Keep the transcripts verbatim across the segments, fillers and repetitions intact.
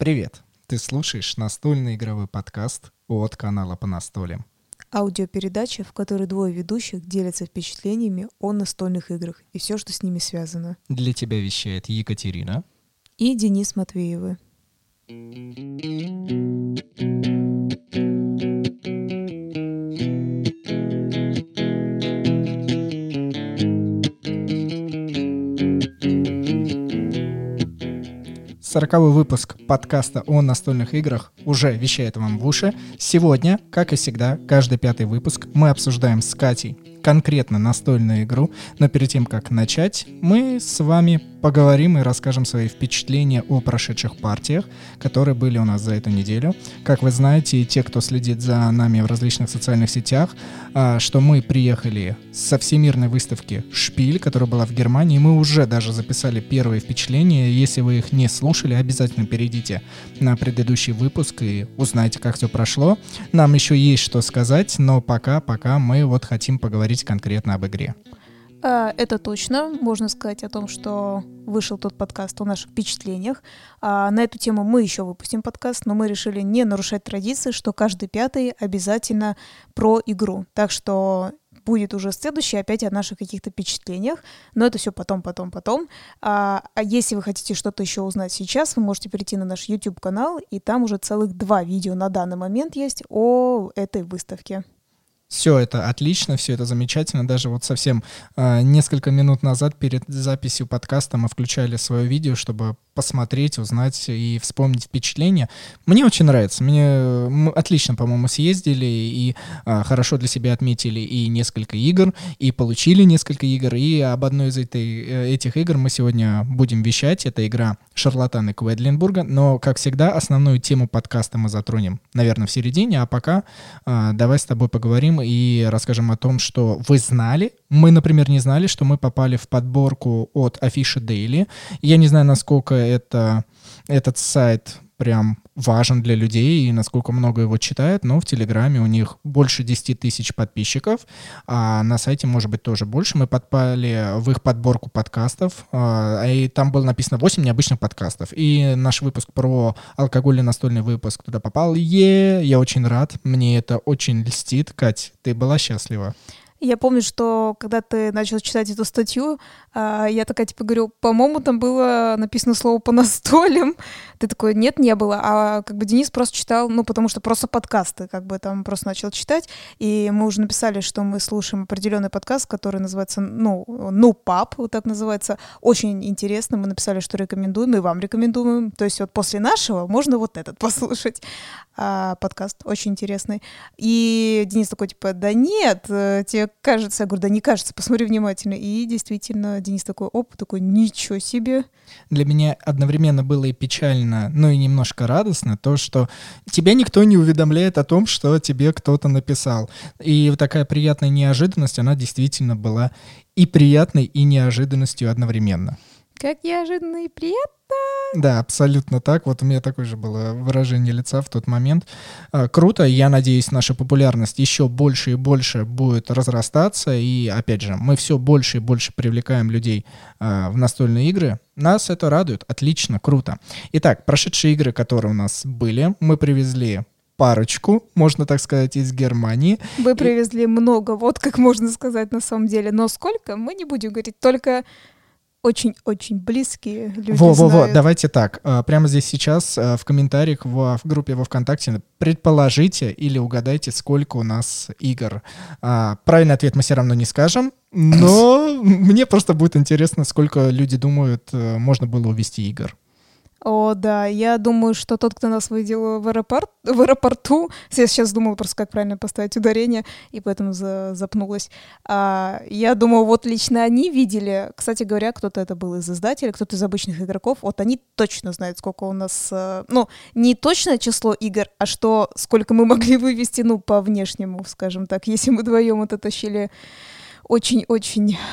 Привет! Ты слушаешь настольный игровой подкаст от канала «По настолям». Аудиопередача, в которой двое ведущих делятся впечатлениями о настольных играх и все, что с ними связано. Для тебя вещает Екатерина и Денис Матвеевы. Сороковой выпуск подкаста о настольных играх уже вещает вам в уши. Сегодня, как и всегда, каждый пятый выпуск мы обсуждаем с Катей конкретно настольную игру, но перед тем, как начать, мы с вами поговорим и расскажем свои впечатления о прошедших партиях, которые были у нас за эту неделю. Как вы знаете, те, кто следит за нами в различных социальных сетях, что мы приехали со всемирной выставки «Шпиль», которая была в Германии, мы уже даже записали первые впечатления. Если вы их не слушали, обязательно перейдите на предыдущий выпуск и узнайте, как все прошло. Нам еще есть что сказать, но пока-пока мы вот хотим поговорить конкретно об игре. Это точно. Можно сказать о том, что вышел тот подкаст о наших впечатлениях. На эту тему мы еще выпустим подкаст, но мы решили не нарушать традиции, что каждый пятый обязательно про игру. Так что будет уже следующий опять о наших каких-то впечатлениях, но это все потом, потом, потом. А, а если вы хотите что-то еще узнать сейчас, вы можете перейти на наш YouTube-канал, и там уже целых два видео на данный момент есть о этой выставке. Все это отлично, все это замечательно. Даже вот совсем э, несколько минут назад перед записью подкаста мы включали свое видео, чтобы посмотреть, узнать и вспомнить впечатления. Мне очень нравится. Мне мы отлично, по-моему, съездили и э, хорошо для себя отметили и несколько игр, и получили несколько игр. И об одной из этой, этих игр мы сегодня будем вещать. Это игра «Шарлатаны Кведлинбурга». Но, как всегда, основную тему подкаста мы затронем, наверное, в середине. А пока э, давай с тобой поговорим и расскажем о том, что вы знали. Мы, например, не знали, что мы попали в подборку от Афиша Daily. Я не знаю, насколько это, этот сайт прям важен для людей и насколько много его читают, но в Телеграме у них больше десять тысяч подписчиков, а на сайте, может быть, тоже больше. Мы попали в их подборку подкастов, и там было написано восемь необычных подкастов. И наш выпуск про алкогольный настольный выпуск туда попал. Е, я очень рад, мне это очень льстит. Кать, ты была счастлива? Я помню, что когда ты начал читать эту статью, я такая типа говорю, по-моему, там было написано слово «по настолям». Ты такой, нет, не было. А как бы Денис просто читал, ну, потому что просто подкасты, как бы там просто начал читать. И мы уже написали, что мы слушаем определенный подкаст, который называется, ну, ну, паб, вот так называется. Очень интересно. Мы написали, что рекомендуем, и вам рекомендуем. То есть вот после нашего можно вот этот послушать. А, подкаст очень интересный. И Денис такой, типа, да нет, тебе кажется. Я говорю, да не кажется, посмотри внимательно. И действительно, Денис такой, оп, такой, ничего себе. Для меня одновременно было и печально, но и немножко радостно то, что тебя никто не уведомляет о том, что тебе кто-то написал. И вот такая приятная неожиданность, она действительно была и приятной, и неожиданностью одновременно. Как неожиданно и приятно. Да, абсолютно так. Вот у меня такое же было выражение лица в тот момент. Круто. Я надеюсь, наша популярность еще больше и больше будет разрастаться. И, опять же, мы все больше и больше привлекаем людей в настольные игры. Нас это радует. Отлично, круто. Итак, прошедшие игры, которые у нас были, мы привезли парочку, можно так сказать, из Германии. Вы привезли и... много, вот как можно сказать на самом деле. Но сколько, мы не будем говорить, только... Очень-очень близкие люди Во-во-во, знают. давайте так, прямо здесь сейчас в комментариях в, в группе во ВКонтакте предположите или угадайте, сколько у нас игр. Правильный ответ мы все равно не скажем, но мне просто будет интересно, сколько люди думают, можно было увезти игр. О, да, я думаю, что тот, кто нас видел в, аэропорт, в аэропорту, я сейчас думала просто, как правильно поставить ударение, и поэтому за, запнулась. А, я думаю, вот лично они видели, кстати говоря, кто-то это был из издателей, кто-то из обычных игроков, вот они точно знают, сколько у нас, ну, не точное число игр, а что, сколько мы могли вывести, ну, по внешнему, скажем так, если мы вдвоем это тащили очень-очень...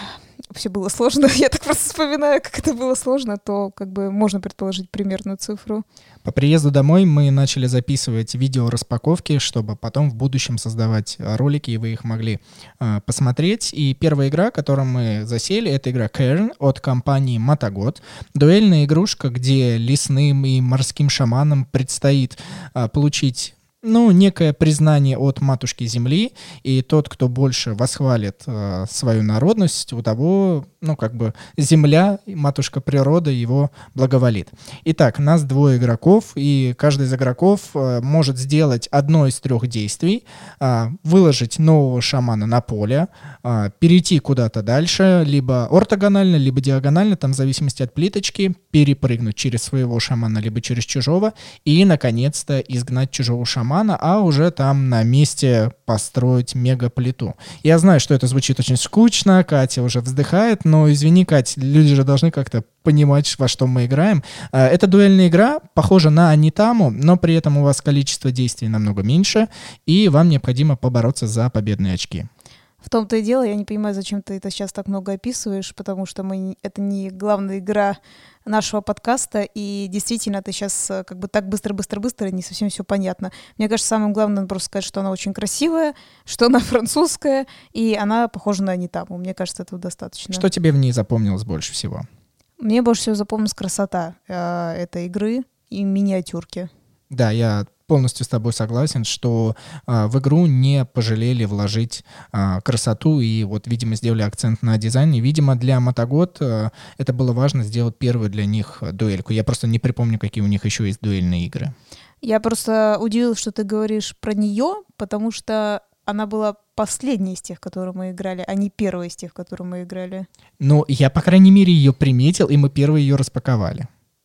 все было сложно. Я так просто вспоминаю, как это было сложно, то как бы можно предположить примерную цифру. По приезду домой мы начали записывать видео распаковки, чтобы потом в будущем создавать ролики, и вы их могли э, посмотреть. И первая игра, которую мы засели, это игра Cairn от компании Мотогод. Дуэльная игрушка, где лесным и морским шаманам предстоит э, получить... ну, некое признание от матушки Земли, и тот, кто больше восхвалит э, свою народность, у того, ну, как бы, Земля, матушка природа его благоволит. Итак, нас двое игроков, и каждый из игроков э, может сделать одно из трех действий, э, выложить нового шамана на поле, э, перейти куда-то дальше, либо ортогонально, либо диагонально, там в зависимости от плиточки, перепрыгнуть через своего шамана, либо через чужого, и, наконец-то, изгнать чужого шамана, а уже там на месте построить мегаплиту. Я знаю, что это звучит очень скучно, Катя уже вздыхает, но извини, Кать, люди же должны как-то понимать, во что мы играем. Это дуэльная игра, похожа на Анитаму, но при этом у вас количество действий намного меньше, и вам необходимо побороться за победные очки. В том-то и дело, я не понимаю, зачем ты это сейчас так много описываешь, потому что мы, это не главная игра нашего подкаста, и действительно ты сейчас как бы так быстро-быстро-быстро, не совсем все понятно. Мне кажется, самым главным просто сказать, что она очень красивая, что она французская, и она похожа на Анитаму. Мне кажется, этого достаточно. Что тебе в ней запомнилось больше всего? Мне больше всего запомнилась красота э, этой игры и миниатюрки. Да, я полностью с тобой согласен, что э, в игру не пожалели вложить э, красоту и вот, видимо, сделали акцент на дизайне. Видимо, для Мотогод э, это было важно сделать первую для них дуэльку. Я просто не припомню, какие у них еще есть дуэльные игры. Я просто удивилась, что ты говоришь про нее, потому что она была последняя из тех, которые мы играли, а не первая из тех, которые мы играли. Ну, я, по крайней мере, ее приметил, и мы первые ее распаковали.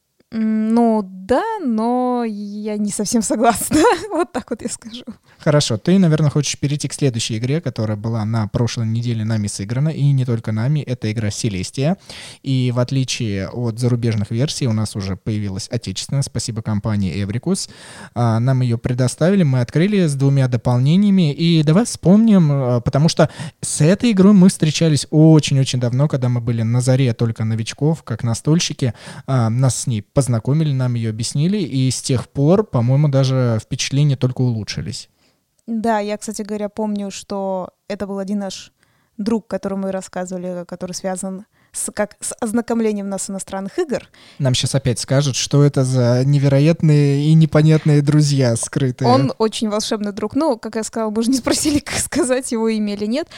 Ну да, но я не совсем согласна. Вот так вот я скажу. Хорошо, ты, наверное, хочешь перейти к следующей игре, которая была на прошлой неделе нами сыграна, и не только нами, это игра Селестия. И в отличие от зарубежных версий, у нас уже появилась отечественная, спасибо компании Эврикус. Нам ее предоставили, мы открыли с двумя дополнениями, и давай вспомним, потому что с этой игрой мы встречались очень-очень давно, когда мы были на заре только новичков, как настольщики. Нас с ней познакомили, нам ее объяснили, и с тех пор, по-моему, даже впечатления только улучшились. Да, я, кстати говоря, помню, что это был один наш друг, которому мы рассказывали, который связан с, как, с ознакомлением нас иностранных игр. Нам сейчас опять скажут, что это за невероятные и непонятные друзья скрытые. Он очень волшебный друг. Ну, как я сказала, мы же не спросили, как сказать его имя или нет.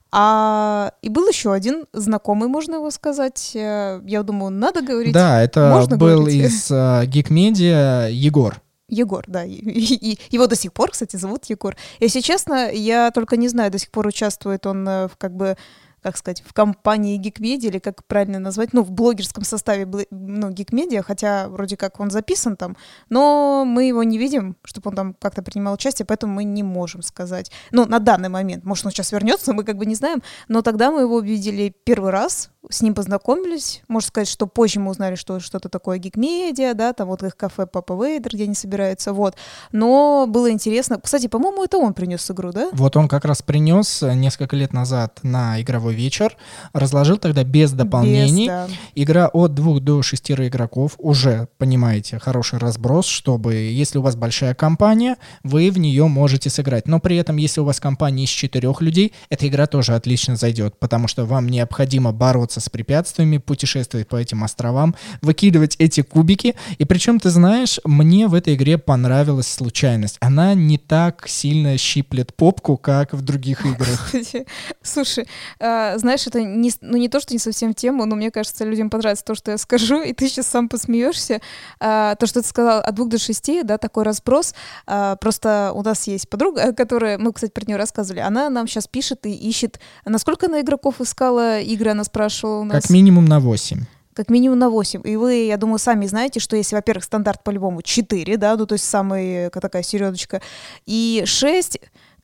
А и был еще один знакомый, можно его сказать. Я думаю, надо говорить. Да, это можно был говорить? из uh, Geek Media Егор. Егор, да. И, и, его до сих пор, кстати, зовут Егор. Если честно, я только не знаю, до сих пор участвует он в, как бы, как сказать, в компании Geek Media, или как правильно назвать, ну, в блогерском составе, ну, Geek Media, хотя вроде как он записан там, но мы его не видим, чтобы он там как-то принимал участие, поэтому мы не можем сказать. Ну, на данный момент, может, он сейчас вернется, мы как бы не знаем, но тогда мы его видели первый раз, с ним познакомились. Можно сказать, что позже мы узнали, что что-то такое Geek Media, да, там вот их кафе Папа Вейдер, где они собираются, вот. Но было интересно. Кстати, по-моему, это он принес игру, да? Вот он как раз принес несколько лет назад на игровой вечер, разложил тогда без дополнений. Без, да. Игра от двух до шести игроков, уже, понимаете, хороший разброс, чтобы, если у вас большая компания, вы в нее можете сыграть. Но при этом, если у вас компания из четырех людей, эта игра тоже отлично зайдет, потому что вам необходимо бороться с препятствиями, путешествовать по этим островам, выкидывать эти кубики. И причем, ты знаешь, мне в этой игре понравилась случайность. Она не так сильно щиплет попку, как в других играх. Слушай, знаешь, это не, ну, не то, что не совсем тема, но мне кажется, людям понравится то, что я скажу, и ты сейчас сам посмеешься. То, что ты сказал, от двух до шести, да, такой разброс. Просто у нас есть подруга, которая, мы, кстати, про нее рассказывали, она нам сейчас пишет и ищет, насколько она игроков искала игры, она спрашивала у нас. Как минимум на восемь. Как минимум на восемь. И вы, я думаю, сами знаете, что если, во-первых, стандарт по-любому четыре, да, ну то есть самая такая середочка, и шесть,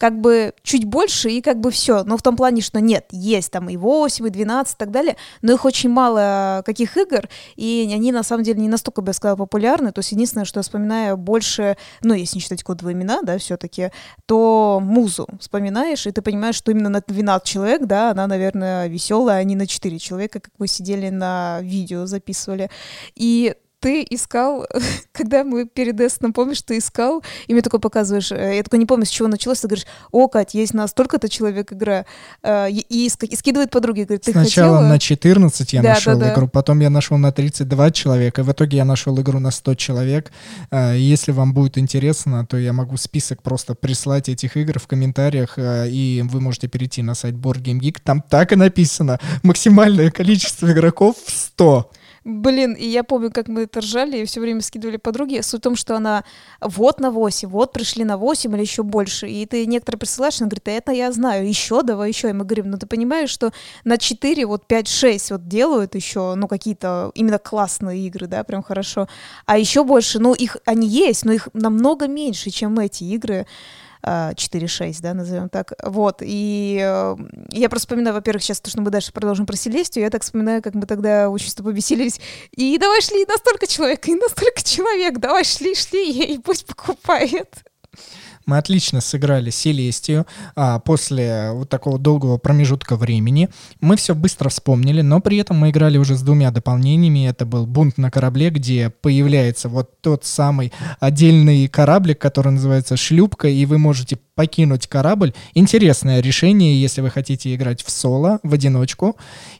как бы чуть больше и как бы все. Но в том плане, что нет, есть там и восемь, и двенадцать и так далее, но их очень мало каких игр, и они на самом деле не настолько, бы я сказала, популярны. То есть единственное, что я вспоминаю больше, ну, если не считать кодовые имена, да, все-таки, то Музу вспоминаешь, и ты понимаешь, что именно на двенадцать человек, да, она, наверное, веселая, а не на четыре человека, как мы сидели на видео, записывали. И ты искал, когда мы перед Эстом, помнишь, ты искал, и мне такой показываешь, я такой не помню, с чего началось, ты говоришь, о, Кать, есть на столько-то человек игра, и, и, и скидывает подруге, говорит, ты Сначала хотела? на четырнадцать я да, нашел да, да. игру, потом я нашел на тридцать два человека, и в итоге я нашел игру на сто человек. Если вам будет интересно, то я могу список просто прислать этих игр в комментариях, и вы можете перейти на сайт Board Game Geek, там так и написано, максимальное количество игроков в сто. Блин, и я помню, как мы это ржали и все время скидывали подруге. Суть в том, что она вот на восемь, вот пришли на восемь или еще больше. И ты некоторые присылаешь, она говорит, это я знаю, еще давай еще. И мы говорим, ну ты понимаешь, что на четыре, вот пять-шесть вот делают еще, ну какие-то именно классные игры, да, прям хорошо. А еще больше, ну их, они есть, но их намного меньше, чем эти игры. четыре шесть, да, назовем так. Вот, и э, я просто вспоминаю, во-первых, сейчас то, что мы дальше продолжим про Селестию, я так вспоминаю, как мы тогда очень с тобой веселились, и давай шли на столько человек, и на столько человек, давай шли, шли, и пусть покупает. Мы отлично сыграли Селестию а, после вот такого долгого промежутка времени. Мы все быстро вспомнили, но при этом мы играли уже с двумя дополнениями. Это был «Бунт на корабле», где появляется вот тот самый отдельный кораблик, который называется «Шлюпка», и вы можете покинуть корабль. Интересное решение, если вы хотите играть в соло, в одиночку.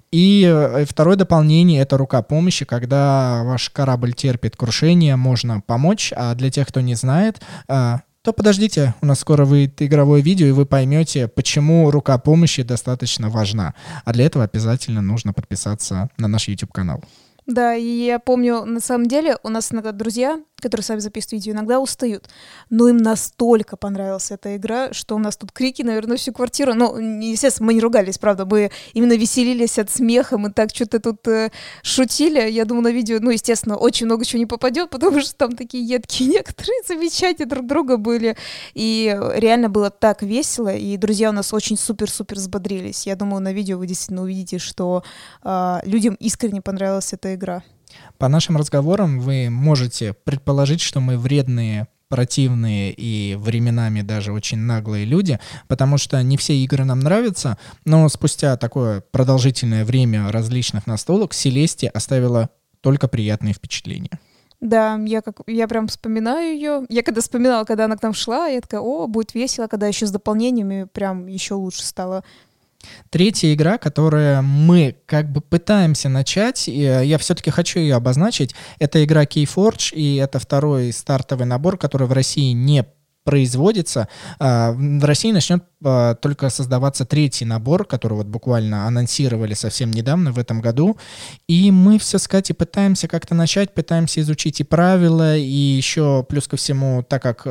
И второе дополнение — это рука помощи, когда ваш корабль терпит крушение, можно помочь. А для тех, кто не знает, то подождите, у нас скоро выйдет игровое видео, и вы поймете, почему рука помощи достаточно важна. А для этого обязательно нужно подписаться на наш YouTube-канал. Да, и я помню, на самом деле, у нас иногда друзья, которые сами записывают видео, иногда устают. Но им настолько понравилась эта игра, что у нас тут крики, наверное, всю квартиру. Ну, естественно, мы не ругались, правда, мы именно веселились от смеха, мы так что-то тут э, шутили. Я думаю, на видео, ну, естественно, очень много чего не попадет, потому что там такие едкие некоторые замечания друг друга были. И реально было так весело, и друзья у нас очень супер-супер взбодрились. Я думаю, на видео вы действительно увидите, что э, людям искренне понравилась эта игра. По нашим разговорам вы можете предположить, что мы вредные, противные и временами даже очень наглые люди, потому что не все игры нам нравятся, но спустя такое продолжительное время различных настолок Селестия оставила только приятные впечатления. Да, я, как, я прям вспоминаю ее. Я когда вспоминала, когда она к нам шла, я такая, о, будет весело, когда еще с дополнениями прям еще лучше стало. Третья игра, которую мы как бы пытаемся начать, и я все-таки хочу ее обозначить, это игра Keyforge, и это второй стартовый набор, который в России не производится. В России начнет только создаваться третий набор, который вот буквально анонсировали совсем недавно, в этом году. И мы все с Катей пытаемся как-то начать, пытаемся изучить и правила, и еще плюс ко всему, так как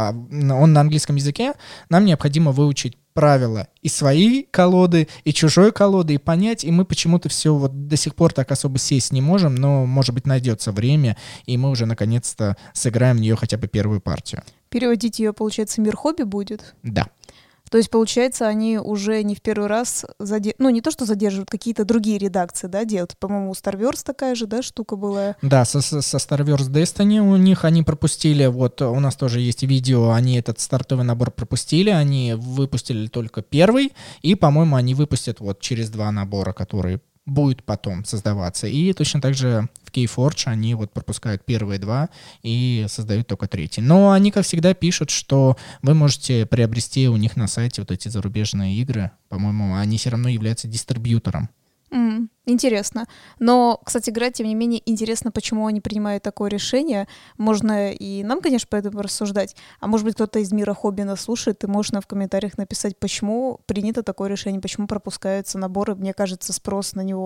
он на английском языке, нам необходимо выучить правила и свои колоды, и чужой колоды, и понять, и мы почему-то все вот до сих пор так особо сесть не можем, но, может быть, найдется время, и мы уже наконец-то сыграем в нее хотя бы первую партию. Переводить ее, получается, Мир Хобби будет? Да. То есть, получается, они уже не в первый раз, заде... ну, не то, что задерживают, какие-то другие редакции, да, делают. По-моему, у Starverse такая же, да, штука была? Да, со, со Starverse Destiny у них они пропустили, вот у нас тоже есть видео, они этот стартовый набор пропустили, они выпустили только первый, и, по-моему, они выпустят вот через два набора, которые будет потом создаваться. И точно так же в Keyforge они вот пропускают первые два и создают только третий. Но они, как всегда, пишут, что вы можете приобрести у них на сайте вот эти зарубежные игры. По-моему, они все равно являются дистрибьютором. Mm, интересно. Но, кстати говоря, тем не менее, интересно, почему они принимают такое решение. Можно и нам, конечно, по этому рассуждать. А может быть, кто-то из мира хобби нас слушает, и можно в комментариях написать, почему принято такое решение, почему пропускаются наборы. Мне кажется, спрос на него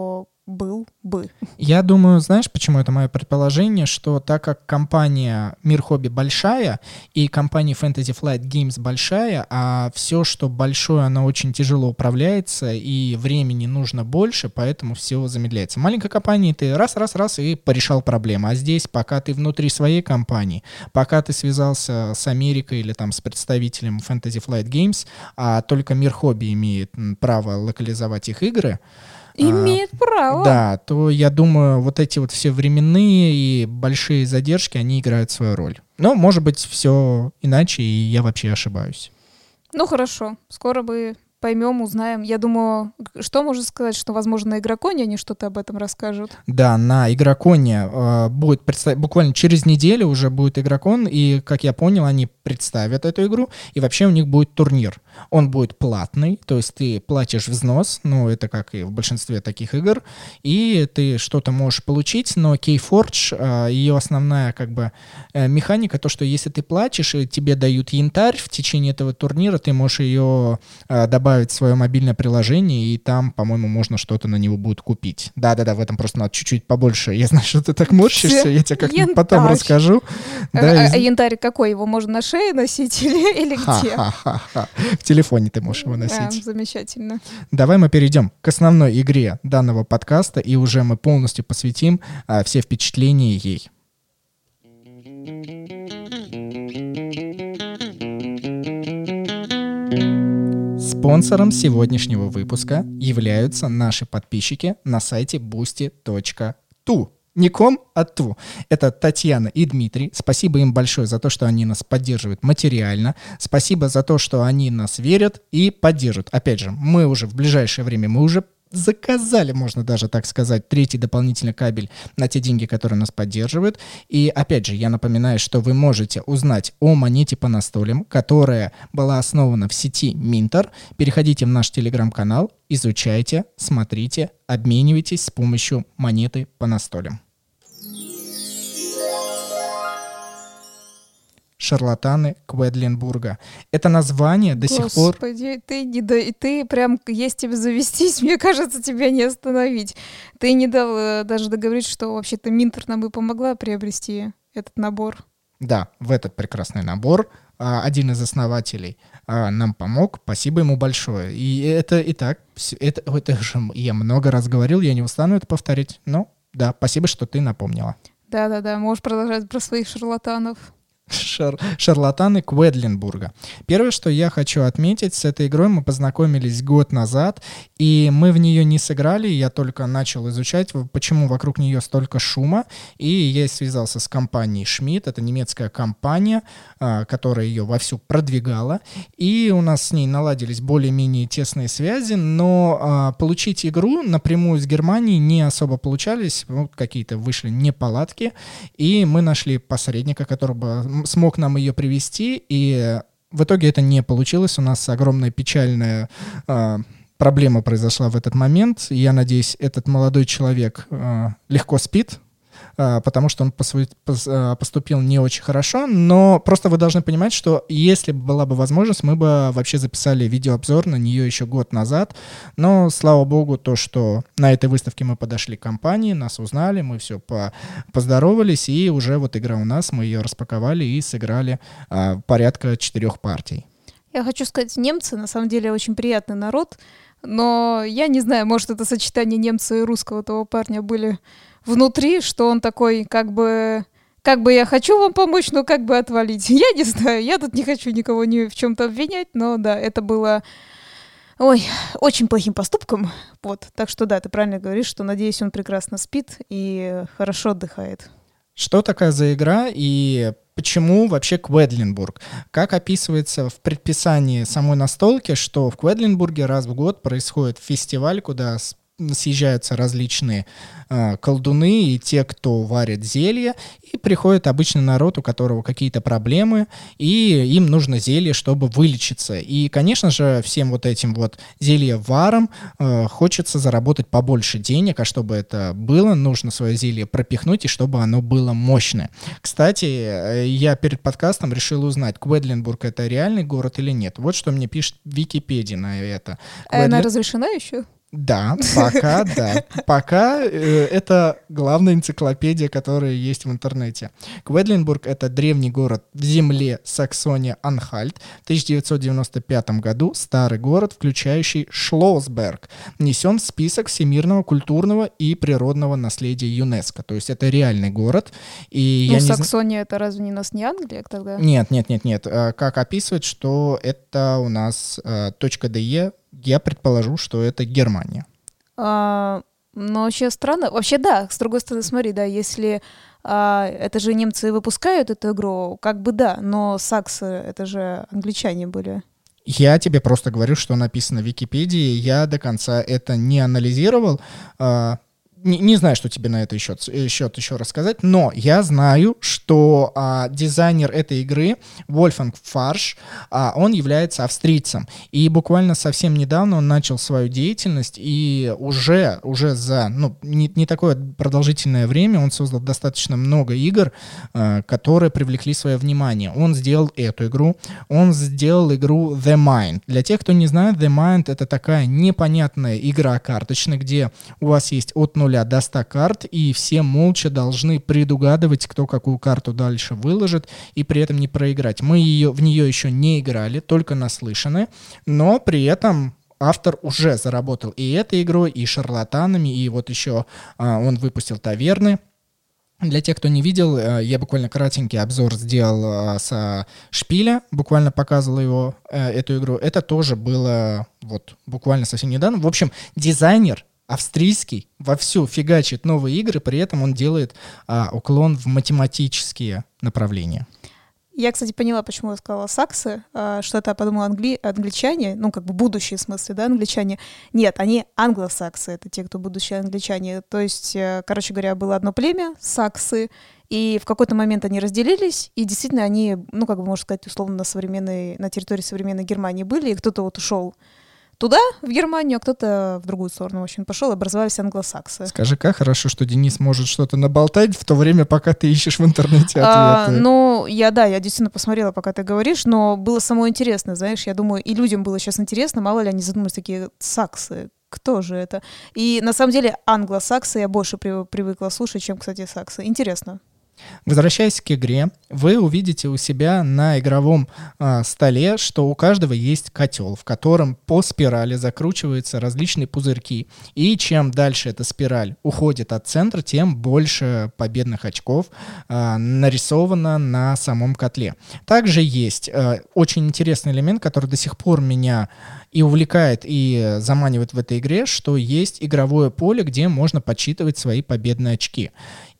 был бы. Я думаю, знаешь, почему это мое предположение, что так как компания Мир Хобби большая и компания Fantasy Flight Games большая, а все, что большое, оно очень тяжело управляется и времени нужно больше, поэтому все замедляется. В маленькой компании ты раз-раз-раз и порешал проблему, а здесь, пока ты внутри своей компании, пока ты связался с Америкой или там с представителем Fantasy Flight Games, а только Мир Хобби имеет право локализовать их игры, Имеет а, право. Да, то я думаю, вот эти вот все временные и большие задержки, они играют свою роль. Но, может быть, все иначе, и я вообще ошибаюсь. Ну хорошо, скоро мы поймем, узнаем. Я думаю, что можно сказать, что, возможно, на Игроконе они что-то об этом расскажут. Да, на Игроконе э, будет представ... буквально через неделю уже будет Игрокон, и, как я понял, они представят эту игру, и вообще у них будет турнир. Он будет платный, то есть ты платишь взнос, ну, это как и в большинстве таких игр, и ты что-то можешь получить, но Keyforge, э, ее основная как бы э, механика, то, что если ты платишь, и тебе дают янтарь в течение этого турнира, ты можешь ее э, добавить в свое мобильное приложение, и там, по-моему, можно что-то на него будет купить. Да-да-да, в этом просто надо чуть-чуть побольше. Я знаю, что ты так морщишься, я тебе как-нибудь потом расскажу. А, да, а, а янтарь какой? Его можно на шее носить или, или где? Ха-ха-ха. В телефоне ты можешь его носить. А, замечательно. Давай мы перейдем к основной игре данного подкаста, и уже мы полностью посвятим а, все впечатления ей. Спонсором сегодняшнего выпуска являются наши подписчики на сайте boosty точка tu. Не ком, а ту. Это Татьяна и Дмитрий. Спасибо им большое за то, что они нас поддерживают материально. Спасибо за то, что они нас верят и поддерживают. Опять же, мы уже в ближайшее время, мы уже заказали, можно даже так сказать, третий дополнительный кабель на те деньги, которые нас поддерживают. И опять же, я напоминаю, что вы можете узнать о монете по настолям, которая была основана в сети Minter. Переходите в наш телеграм-канал, изучайте, смотрите, обменивайтесь с помощью монеты по настолям. Шарлатаны Кведлинбурга. Это название до Господи, сих пор... Господи, ты, не да, ты прям, есть тебе завестись, мне кажется, тебя не остановить. Ты не дал э, даже договорить, что вообще-то Минтер нам и помогла приобрести этот набор. Да, в этот прекрасный набор а, один из основателей а, нам помог. Спасибо ему большое. И это и так, это, это же я много раз говорил, я не устану это повторить. Но да, спасибо, что ты напомнила. Да-да-да, можешь продолжать про своих шарлатанов. Шар, шарлатаны Кведлинбурга. Первое, что я хочу отметить, с этой игрой мы познакомились год назад, и мы в нее не сыграли, я только начал изучать, почему вокруг нее столько шума, и я связался с компанией Schmidt, это немецкая компания, которая ее вовсю продвигала, и у нас с ней наладились более-менее тесные связи, но получить игру напрямую с Германии не особо получались, вот какие-то вышли неполадки, и мы нашли посредника, который бы смог нам ее привести, и в итоге это не получилось. У нас огромная печальная э, проблема произошла в этот момент. Я надеюсь, этот молодой человек э, легко спит, э, потому что он посву- пос- э, поступил не очень хорошо, но просто вы должны понимать, что если бы была бы возможность, мы бы вообще записали видеообзор на нее еще год назад, но, слава богу, то, что на этой выставке мы подошли к компании, нас узнали, мы все по- поздоровались, и уже вот игра у нас, мы ее распаковали и сыграли э, порядка четырех партий. Я хочу сказать, немцы на самом деле очень приятный народ, но я не знаю, может, это сочетание немца и русского того парня были внутри, что он такой, как бы, как бы я хочу вам помочь, но как бы отвалить. Я не знаю, я тут не хочу никого ни в чем-то обвинять, но да, это было, ой, очень плохим поступком. Вот, так что да, ты правильно говоришь, что, надеюсь, он прекрасно спит и хорошо отдыхает. Что такая за игра и почему вообще Кведлинбург? Как описывается в предписании самой настолки, что в Кведлинбурге раз в год происходит фестиваль, куда съезжаются различные э, колдуны и те, кто варит зелья, и приходит обычный народ, у которого какие-то проблемы, и им нужно зелье, чтобы вылечиться. И, конечно же, всем вот этим вот зельеварам э, хочется заработать побольше денег, а чтобы это было, нужно свое зелье пропихнуть, и чтобы оно было мощное. Кстати, я перед подкастом решил узнать, Кведлинбург — это реальный город или нет. Вот что мне пишет Википедия на это. А Кведли... она разрешена еще? Да, пока, да. Пока э, это главная энциклопедия, которая есть в интернете. Кведлинбург — это древний город в земле Саксония-Анхальт. В тысяча девятьсот девяносто пятом году старый город, включающий Шлоссберг, внесен в список всемирного культурного и природного наследия ЮНЕСКо. То есть это реальный город. И ну, я не Саксония зн... — это разве не нас не Англия тогда? Нет, нет, нет, нет. Как описывают, что это у нас .de, я предположу, что это Германия. А, но вообще странно. Вообще, да, с другой стороны, смотри, да, если а, это же немцы выпускают эту игру, как бы да, но саксы — это же англичане были. Я тебе просто говорю, что написано в Википедии. Я до конца это не анализировал. Не, не знаю, что тебе на этот счет, счет еще рассказать, но я знаю, что а, дизайнер этой игры, Вольфганг Фарш, а, он является австрийцем. И буквально совсем недавно он начал свою деятельность, и уже, уже за ну, не, не такое продолжительное время он создал достаточно много игр, а, которые привлекли свое внимание. Он сделал эту игру, он сделал игру The Mind. Для тех, кто не знает, The Mind — это такая непонятная игра карточная, где у вас есть от нуля до ста карт, и все молча должны предугадывать, кто какую карту дальше выложит, и при этом не проиграть. Мы ее, в нее еще не играли, только наслышаны, но при этом автор уже заработал и этой игрой, и шарлатанами, и вот еще а, он выпустил таверны. Для тех, кто не видел, я буквально кратенький обзор сделал со шпиля, буквально показывал его, эту игру. Это тоже было вот буквально совсем недавно. В общем, дизайнер австрийский вовсю фигачит новые игры, при этом он делает а, уклон в математические направления. Я, кстати, поняла, почему я сказала саксы, а, что это, я подумала, англи... англичане, ну, как бы будущие, в смысле, да, англичане. Нет, они англосаксы, это те, кто будущие англичане. То есть, короче говоря, было одно племя, саксы, и в какой-то момент они разделились, и действительно они, ну, как бы, можно сказать, условно, на современной, на территории современной Германии были, и кто-то вот ушел туда, в Германию, а кто-то в другую сторону, в общем, пошел, образовались англосаксы. Скажи, как хорошо, что Денис может что-то наболтать в то время, пока ты ищешь в интернете ответы. А, ну, я, да, я действительно посмотрела, пока ты говоришь, но было самое интересное, знаешь, я думаю, и людям было сейчас интересно, мало ли они задумались, такие саксы, кто же это? И на самом деле англосаксы я больше при, привыкла слушать, чем, кстати, саксы. Интересно. Возвращаясь к игре, вы увидите у себя на игровом а, столе, что у каждого есть котел, в котором по спирали закручиваются различные пузырьки. И чем дальше эта спираль уходит от центра, тем больше победных очков а, нарисовано на самом котле. Также есть а, очень интересный элемент, который до сих пор меня и увлекает, и заманивает в этой игре, что есть игровое поле, где можно подсчитывать свои победные очки.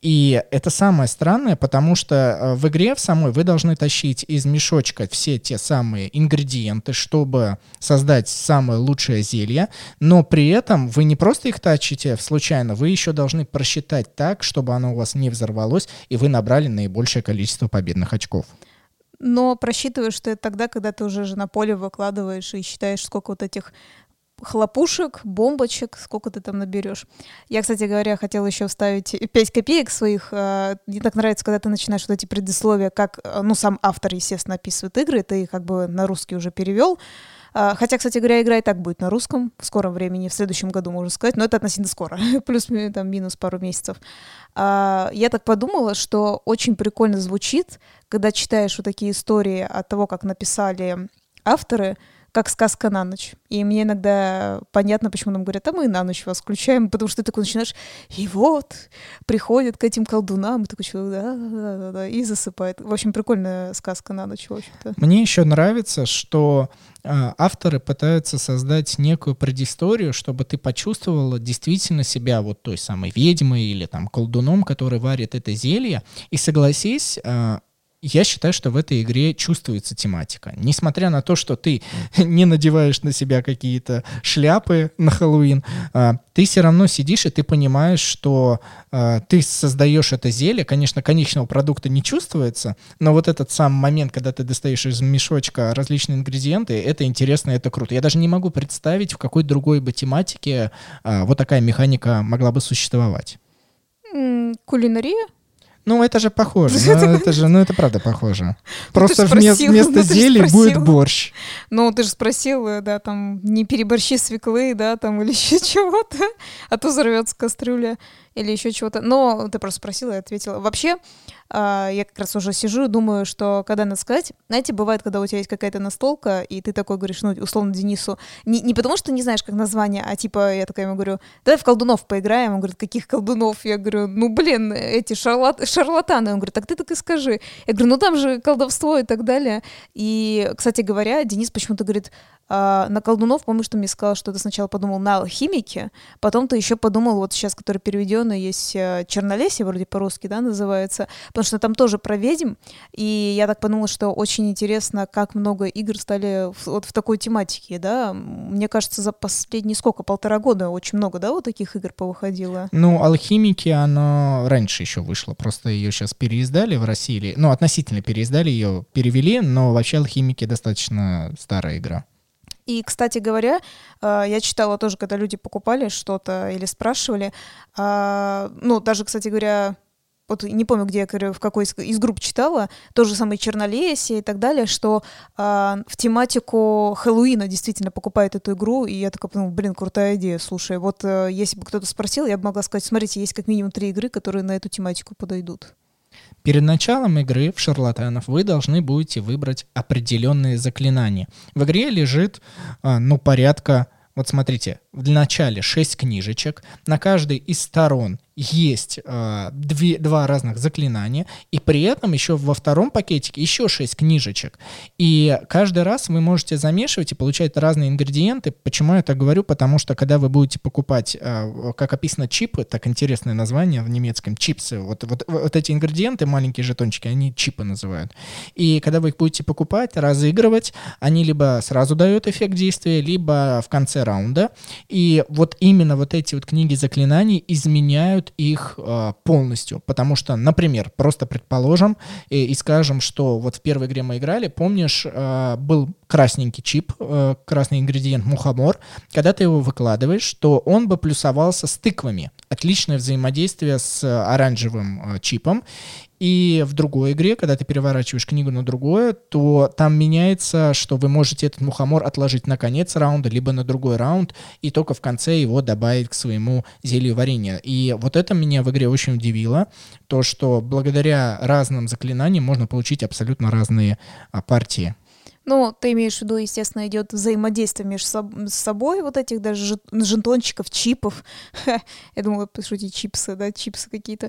И это самое странное, потому что в игре в самой вы должны тащить из мешочка все те самые ингредиенты, чтобы создать самое лучшее зелье, но при этом вы не просто их тащите случайно, вы еще должны просчитать так, чтобы оно у вас не взорвалось, и вы набрали наибольшее количество победных очков. Но просчитываешь ты тогда, когда ты уже же на поле выкладываешь и считаешь, сколько вот этих хлопушек, бомбочек, сколько ты там наберешь. Я, кстати говоря, хотела еще вставить пять копеек своих. Мне так нравится, когда ты начинаешь вот эти предисловия, как, ну, сам автор, естественно, описывает игры, ты их как бы на русский уже перевел. Хотя, кстати говоря, игра и так будет на русском в скором времени, в следующем году, можно сказать, но это относительно скоро, плюс там минус пару месяцев. Я так подумала, что очень прикольно звучит, когда читаешь вот такие истории от того, как написали авторы, как сказка на ночь. И мне иногда понятно, почему нам говорят, а мы на ночь вас включаем, потому что ты такой начинаешь, и вот, приходят к этим колдунам, и такой человек, да-да-да, и засыпает. В общем, прикольная сказка на ночь, в общем-то. Мне еще нравится, что э, авторы пытаются создать некую предысторию, чтобы ты почувствовала действительно себя вот той самой ведьмой или там колдуном, который варит это зелье. И согласись, э, я считаю, что в этой игре чувствуется тематика. Несмотря на то, что ты не надеваешь на себя какие-то шляпы на Хэллоуин, ты все равно сидишь, и ты понимаешь, что ты создаешь это зелье. Конечно, конечного продукта не чувствуется, но вот этот сам момент, когда ты достаешь из мешочка различные ингредиенты, это интересно, это круто. Я даже не могу представить, в какой другой бы тематике вот такая механика могла бы существовать. М- кулинария? Ну, это же похоже. Ну, это же, ну, это правда похоже. Просто спросил, вместо ну, ты ж зелий спросил. будет борщ. Ну, ты же спросил, э, да, там, не переборщи свеклы, да, там, или еще чего-то, а то взорвется кастрюля, или еще чего-то. Но ты просто спросила и ответила. Вообще, а, я как раз уже сижу и думаю, что когда надо сказать, знаете, бывает, когда у тебя есть какая-то настолка, и ты такой говоришь, ну, условно, Денису, не, не потому что не знаешь, как название, а типа, я такая ему говорю, давай в колдунов поиграем. Он говорит, каких колдунов? Я говорю, ну, блин, эти шарлат... шарлатаны. Он говорит, так ты так и скажи. Я говорю, ну, там же колдовство и так далее. И, кстати говоря, Денис почему-то говорит, а, на колдунов, по-моему, что мне сказал, что ты сначала подумал на алхимики, потом ты еще подумал, вот сейчас, который переведен, есть э, Чернолесье, вроде по-русски, да, называется, потому что там тоже про ведьм, и я так подумала, что очень интересно, как много игр стали в, вот в такой тематике, да, мне кажется, за последние сколько, полтора года очень много, да, вот таких игр повыходило. Ну, «Алхимики», оно раньше еще вышло, просто ее сейчас переиздали в России, или- ну, относительно переиздали, ее перевели, но вообще «Алхимики» достаточно старая игра. И, кстати говоря, э, я читала тоже, когда люди покупали что-то или спрашивали, а, ну, даже, кстати говоря, вот не помню, где я говорю, в какой из, из групп читала, то же самое Чернолесье и так далее, что а, в тематику Хэллоуина действительно покупают эту игру, и я такая подумала, блин, крутая идея, слушай, вот а, если бы кто-то спросил, я бы могла сказать, смотрите, есть как минимум три игры, которые на эту тематику подойдут. Перед началом игры в шарлатанов вы должны будете выбрать определенные заклинания. В игре лежит, а, ну, порядка, вот смотрите, в начале шесть книжечек, на каждой из сторон есть э, две, два разных заклинания, и при этом еще во втором пакетике еще шесть книжечек. И каждый раз вы можете замешивать и получать разные ингредиенты. Почему я так говорю? Потому что когда вы будете покупать, э, как описано, чипы, так интересное название в немецком, чипсы, вот, вот, вот эти ингредиенты, маленькие жетончики, они чипы называют. И когда вы их будете покупать, разыгрывать, они либо сразу дают эффект действия, либо в конце раунда. И вот именно вот эти вот книги заклинаний изменяют их э, полностью, потому что, например, просто предположим и, и скажем, что вот в первой игре мы играли, помнишь, э, был красненький чип, э, красный ингредиент мухомор, когда ты его выкладываешь, то он бы плюсовался с тыквами, отличное взаимодействие с оранжевым э, чипом. И в другой игре, когда ты переворачиваешь книгу на другое, то там меняется, что вы можете этот мухомор отложить на конец раунда, либо на другой раунд, и только в конце его добавить к своему зелью варенья. И вот это меня в игре очень удивило, то, что благодаря разным заклинаниям можно получить абсолютно разные а, партии. Ну, ты имеешь в виду, естественно, идет взаимодействие между соб- с собой, вот этих даже жет- жетончиков, чипов. Я думала, пошутить, чипсы, да, чипсы какие-то.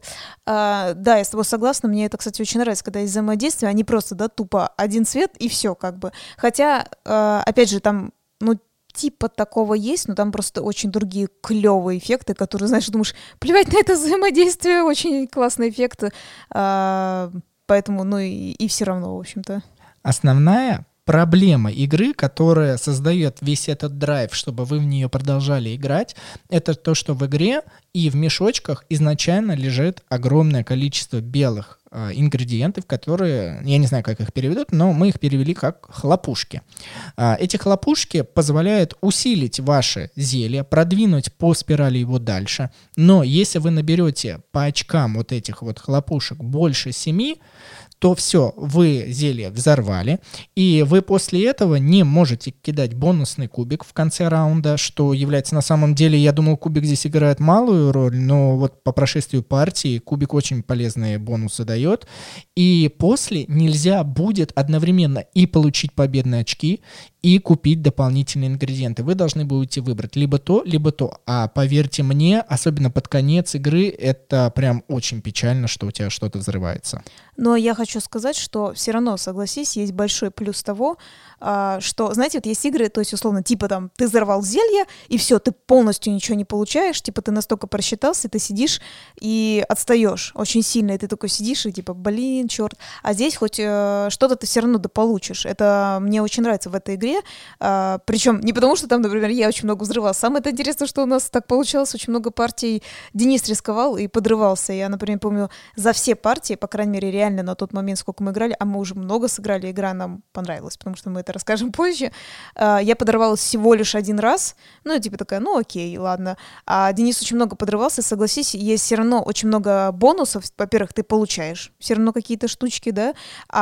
А, да, я с тобой согласна. Мне это, кстати, очень нравится, когда есть взаимодействие, они просто, да, тупо один цвет и все, как бы. Хотя, а, опять же, там, ну, типа такого есть, но там просто очень другие клевые эффекты, которые, знаешь, думаешь, плевать на это взаимодействие, очень классные эффекты. А, поэтому, ну, и, и все равно, в общем-то. Основная проблема игры, которая создает весь этот драйв, чтобы вы в нее продолжали играть, это то, что в игре и в мешочках изначально лежит огромное количество белых э, ингредиентов, которые, я не знаю, как их переведут, но мы их перевели как хлопушки. Э, эти хлопушки позволяют усилить ваше зелье, продвинуть по спирали его дальше, но если вы наберете по очкам вот этих вот хлопушек больше семи, то все, вы зелье взорвали, и вы после этого не можете кидать бонусный кубик в конце раунда, что является на самом деле, я думал, кубик здесь играет малую роль, но вот по прошествию партии кубик очень полезные бонусы дает, и после нельзя будет одновременно и получить победные очки, и купить дополнительные ингредиенты. Вы должны будете выбрать либо то, либо то. А поверьте мне, особенно под конец игры, это прям очень печально, что у тебя что-то взрывается. Но я хочу сказать, что все равно, согласись, есть большой плюс того, что, знаете, вот есть игры, то есть, условно, типа там, ты взорвал зелье, и все, ты полностью ничего не получаешь, типа ты настолько просчитался, ты сидишь и отстаешь очень сильно, и ты такой сидишь и типа, блин, черт. А здесь хоть э, что-то ты все равно дополучишь. Это мне очень нравится в этой игре, игре. А, причем не потому, что там, например, я очень много взрывал. Самое это интересное, что у нас так получалось. Очень много партий Денис рисковал и подрывался. Я, например, помню, за все партии, по крайней мере, реально на тот момент, сколько мы играли, а мы уже много сыграли, игра нам понравилась, потому что мы это расскажем позже, а, я подрывалась всего лишь один раз. Ну, типа такая, ну окей, ладно. А Денис очень много подрывался, согласись, есть все равно очень много бонусов. Во-первых, ты получаешь все равно какие-то штучки, да,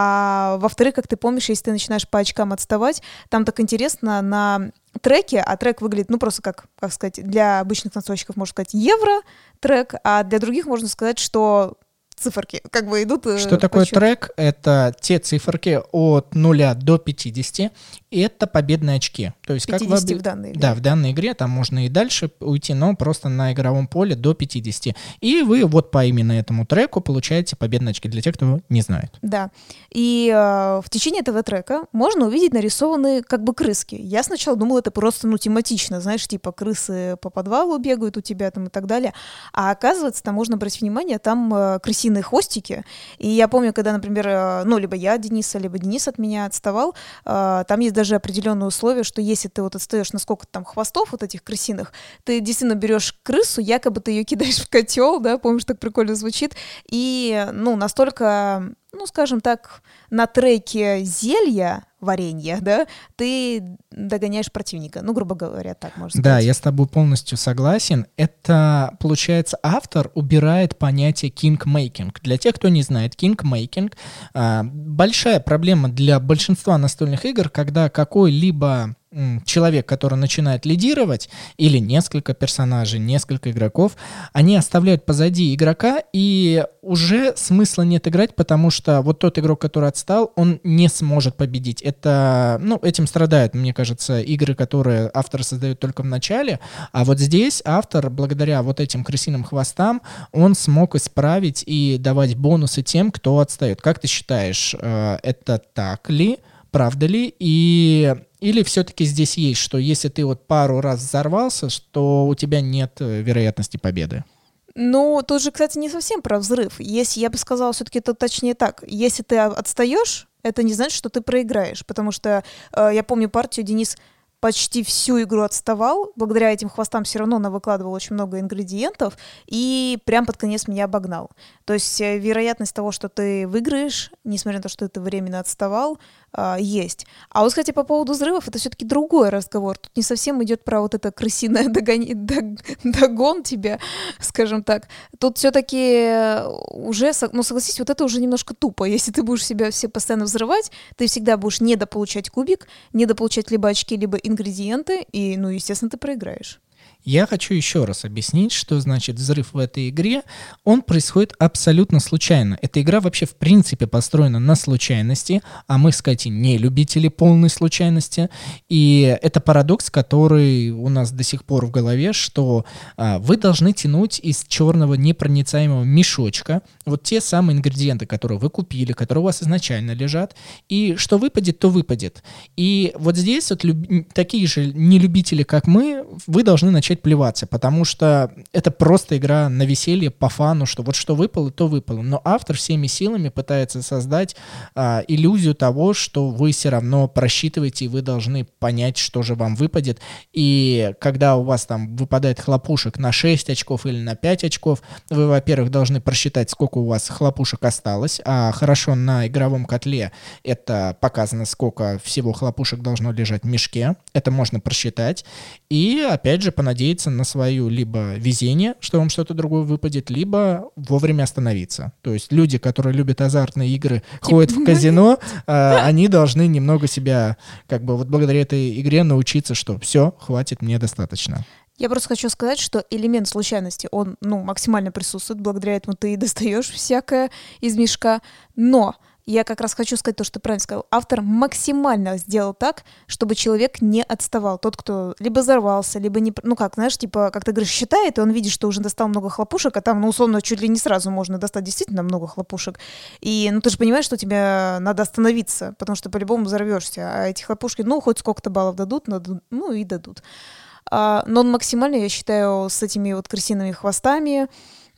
а во-вторых, как ты помнишь, если ты начинаешь по очкам отставать, там так интересно на треке, а трек выглядит, ну, просто как, как сказать, для обычных танцовщиков, можно сказать, евро-трек, а для других можно сказать, что циферки как бы идут. Что такое трек? Это те циферки от нуля до пятидесяти, и это победные очки. То есть как в, об... в данной игре. Да, в данной игре там можно и дальше уйти, но просто на игровом поле до пятидесяти. И вы вот по именно этому треку получаете победные очки, для тех, кто не знает. Да. И э, в течение этого трека можно увидеть нарисованные как бы крыски. Я сначала думала, это просто, ну, тематично, знаешь, типа крысы по подвалу бегают у тебя там и так далее. А оказывается, там можно обратить внимание, там э, крысиные хвостики. И я помню, когда, например, э, ну, либо я от Дениса, либо Денис от меня отставал, э, там есть даже определенные условия, что если ты вот отстаешь на сколько там хвостов вот этих крысиных, ты действительно берешь крысу, якобы ты ее кидаешь в котел, да, помнишь, так прикольно звучит, и, ну, настолько, ну, скажем так, на треке зелья, варенья, да, ты догоняешь противника. Ну, грубо говоря, так можно сказать. Да, я с тобой полностью согласен. Это, получается, автор убирает понятие кингмейкинг. Для тех, кто не знает, кингмейкинг — большая проблема для большинства настольных игр, когда какой-либо человек, который начинает лидировать, или несколько персонажей, несколько игроков, они оставляют позади игрока, и уже смысла нет играть, потому что вот тот игрок, который отстал, он не сможет победить. Это, ну, этим страдают, мне кажется, игры, которые автор создает только в начале, а вот здесь автор, благодаря вот этим крысиным хвостам, он смог исправить и давать бонусы тем, кто отстает. Как ты считаешь, это так ли? Правда ли? И или все-таки здесь есть, что если ты вот пару раз взорвался, что у тебя нет вероятности победы? Ну, тут же, кстати, не совсем про взрыв. Если, я бы сказала, все-таки это точнее так. Если ты отстаешь, это не значит, что ты проиграешь, потому что э, я помню партию, Денис почти всю игру отставал, благодаря этим хвостам все равно она выкладывала очень много ингредиентов, и прям под конец меня обогнал. То есть э, вероятность того, что ты выиграешь, несмотря на то, что ты временно отставал, э, есть. А вот, кстати, по поводу взрывов, это все-таки другой разговор. Тут не совсем идет про вот это крысиное догони... дог... догон тебя, скажем так. Тут все-таки уже, ну, согласись, вот это уже немножко тупо. Если ты будешь себя все постоянно взрывать, ты всегда будешь недополучать кубик, недополучать либо очки, либо ингредиенты, и, ну, естественно, ты проиграешь. Я хочу еще раз объяснить, что значит взрыв в этой игре. Он происходит абсолютно случайно. Эта игра вообще в принципе построена на случайности, а мы с Катей не любители полной случайности. И это парадокс, который у нас до сих пор в голове, что а, вы должны тянуть из черного непроницаемого мешочка вот те самые ингредиенты, которые вы купили, которые у вас изначально лежат, и что выпадет, то выпадет. И вот здесь вот люб... такие же нелюбители, как мы, вы должны начать плеваться, потому что это просто игра на веселье, по фану, что вот что выпало, то выпало. Но автор всеми силами пытается создать а, иллюзию того, что вы все равно просчитываете, и вы должны понять, что же вам выпадет. И когда у вас там выпадает хлопушек на шесть очков или на пять очков, вы, во-первых, должны просчитать, сколько у вас хлопушек осталось, а хорошо на игровом котле это показано, сколько всего хлопушек должно лежать в мешке. Это можно просчитать. И, опять же, понадеяться на свое либо везение, что вам что-то другое выпадет, либо вовремя остановиться. То есть люди, которые любят азартные игры, ходят в казино, они должны немного себя, как бы вот благодаря этой игре научиться, что все, хватит, мне достаточно. Я просто хочу сказать, что элемент случайности, он, ну, максимально присутствует, благодаря этому ты и достаешь всякое из мешка, но я как раз хочу сказать то, что ты правильно сказал. Автор максимально сделал так, чтобы человек не отставал. Тот, кто либо взорвался, либо не... Ну как, знаешь, типа, как ты говоришь, считает, и он видит, что уже достал много хлопушек, а там, ну, условно, чуть ли не сразу можно достать действительно много хлопушек. И, ну, ты же понимаешь, что тебе надо остановиться, потому что по-любому взорвешься. А эти хлопушки, ну, хоть сколько-то баллов дадут, ну, и дадут. А, но он максимально, я считаю, с этими вот крысиными хвостами,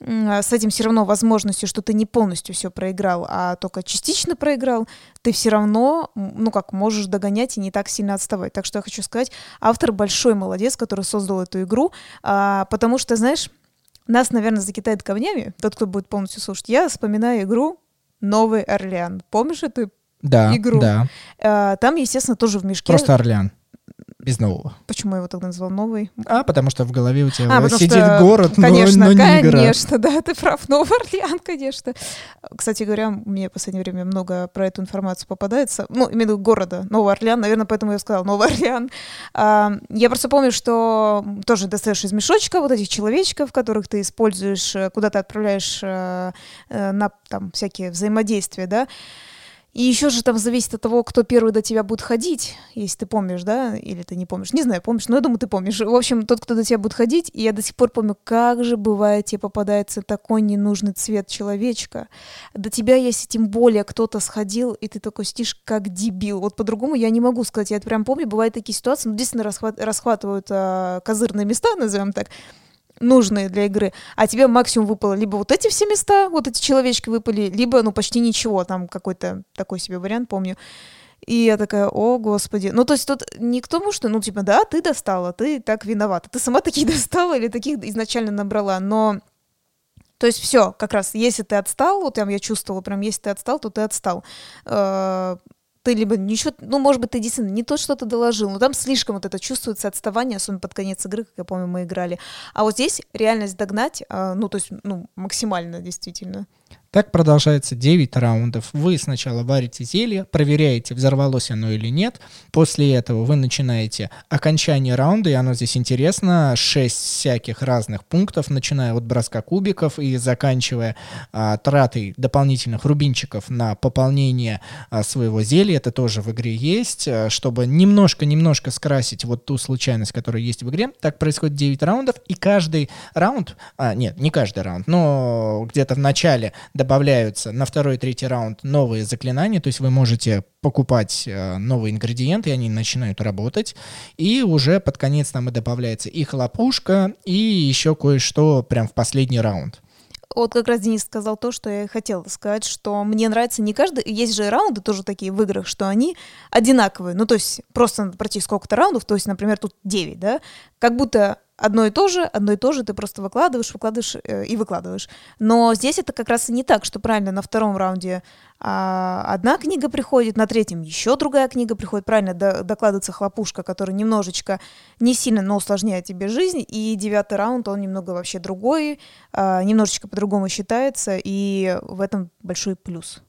с этим все равно возможностью, что ты не полностью все проиграл, а только частично проиграл, ты все равно, ну как, можешь догонять и не так сильно отставать. Так что я хочу сказать, автор большой молодец, который создал эту игру, а, потому что, знаешь, нас, наверное, закидает камнями, тот, кто будет полностью слушать. Я вспоминаю игру «Новый Орлеан». Помнишь эту да, игру? Да, а, Там, естественно, тоже в мешке... Просто Орлеан. Без нового. Почему я его тогда назвал новый? А, потому что в голове у тебя а, сидит что, город, конечно, но, но не игра. Конечно, да, ты прав. Новый Орлеан, конечно. Кстати говоря, мне в последнее время много про эту информацию попадается. Ну, именно города Новый Орлеан. Наверное, поэтому я сказала Новый Орлеан. А, я просто помню, что тоже достаешь из мешочка вот этих человечков, которых ты используешь, куда ты отправляешь а, на там всякие взаимодействия, да. И еще же там зависит от того, кто первый до тебя будет ходить, если ты помнишь, да, или ты не помнишь. Не знаю, помнишь, но я думаю, ты помнишь. В общем, тот, кто до тебя будет ходить, и я до сих пор помню, как же бывает тебе попадается такой ненужный цвет человечка. До тебя, если тем более кто-то сходил, и ты такой сидишь как дебил. Вот по-другому я не могу сказать. Я это прям помню, бывают такие ситуации, ну, действительно расхват, расхватывают а, козырные места, назовем так, нужные для игры, а тебе максимум выпало либо вот эти все места, вот эти человечки выпали, либо, ну, почти ничего, там какой-то такой себе вариант, помню. И я такая, о, господи. Ну, то есть тут не к тому, что, ну, типа, да, ты достала, ты так виновата. Ты сама таких достала или таких изначально набрала, но... То есть все, как раз, если ты отстал, вот там я чувствовала, прям, если ты отстал, то ты отстал. Ты либо ничего, ну, может быть, ты действительно не то что-то доложил, но там слишком вот это чувствуется отставание, особенно под конец игры, как я помню, мы играли. А вот здесь реальность догнать, ну, то есть, ну, максимально, действительно. Так продолжается девять раундов. Вы сначала варите зелье, проверяете, взорвалось оно или нет. После этого вы начинаете окончание раунда, и оно здесь интересно. шесть всяких разных пунктов, начиная от броска кубиков и заканчивая а, тратой дополнительных рубинчиков на пополнение а, своего зелья. Это тоже в игре есть, а, чтобы немножко-немножко скрасить вот ту случайность, которая есть в игре. Так происходит девять раундов, и каждый раунд, а, нет, не каждый раунд, но где-то в начале добавляются на второй и третий раунд новые заклинания, то есть вы можете покупать э, новые ингредиенты, и они начинают работать, и уже под конец там и добавляется и хлопушка, и еще кое-что прям в последний раунд. Вот как раз Денис сказал то, что я хотела сказать, что мне нравится не каждый... Есть же раунды тоже такие в играх, что они одинаковые. Ну, то есть просто надо пройти сколько-то раундов, то есть, например, тут девять, да? Как будто одно и то же, одно и то же ты просто выкладываешь, выкладываешь э, и выкладываешь. Но здесь это как раз и не так, что правильно на втором раунде а, одна книга приходит, на третьем еще другая книга приходит, правильно до, докладывается хлопушка, которая немножечко, не сильно, но усложняет тебе жизнь, и девятый раунд, он немного вообще другой, а, немножечко по-другому считается, и в этом большой плюс.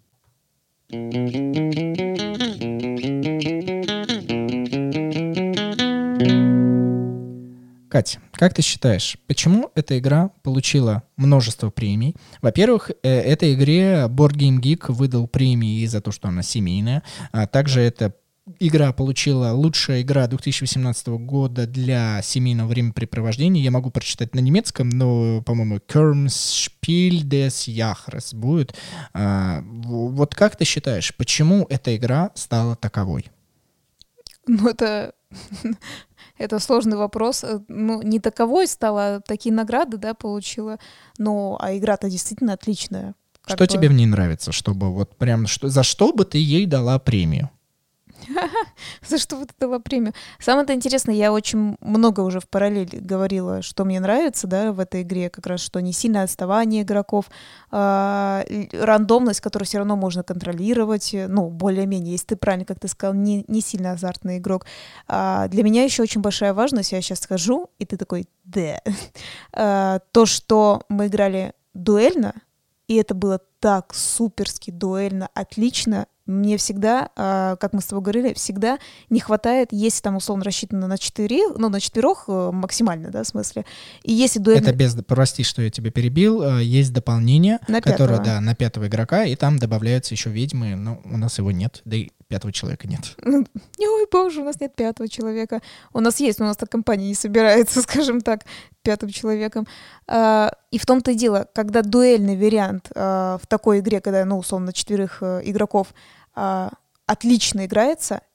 Катя, как ты считаешь, почему эта игра получила множество премий? Во-первых, этой игре Board Game Geek выдал премии за то, что она семейная, а также эта игра получила лучшая игра две тысячи восемнадцатого года для семейного времяпрепровождения. Я могу прочитать на немецком, но, по-моему, Kirmspiel des Jahres будет. А, вот как ты считаешь, почему эта игра стала таковой? Ну, это... Это сложный вопрос. Ну, не таковой стала, такие награды, да, получила. Но, а игра-то действительно отличная. Что бы... тебе в ней нравится, чтобы вот прям... Что, за что бы ты ей дала премию? За что бы ты дала премию? Самое-то интересное, я очень много уже в параллели говорила, что мне нравится, да, в этой игре, как раз, что не сильное отставание игроков, а, рандомность, которую все равно можно контролировать, ну, более-менее, если ты правильно, как ты сказал, не, не сильно азартный игрок. А, для меня еще очень большая важность, я сейчас скажу, и ты такой, да, а, то, что мы играли дуэльно, и это было так суперски дуэльно, отлично. Мне всегда, э, как мы с тобой говорили, всегда не хватает, если там условно рассчитано на четыре, ну, на четырех э, максимально, да, в смысле. И если дуэль... Это без, прости, что я тебя перебил, э, есть дополнение, на которое, пятого. да, на пятого игрока, и там добавляются еще ведьмы, но у нас его нет, да и пятого человека нет. Ой, боже, у нас нет пятого человека. У нас есть, но у нас так компания не собирается, скажем так, пятым человеком. А, и в том-то и дело, когда дуэльный вариант а, в такой игре, когда, ну, условно, четверых а, игроков а, отлично играется,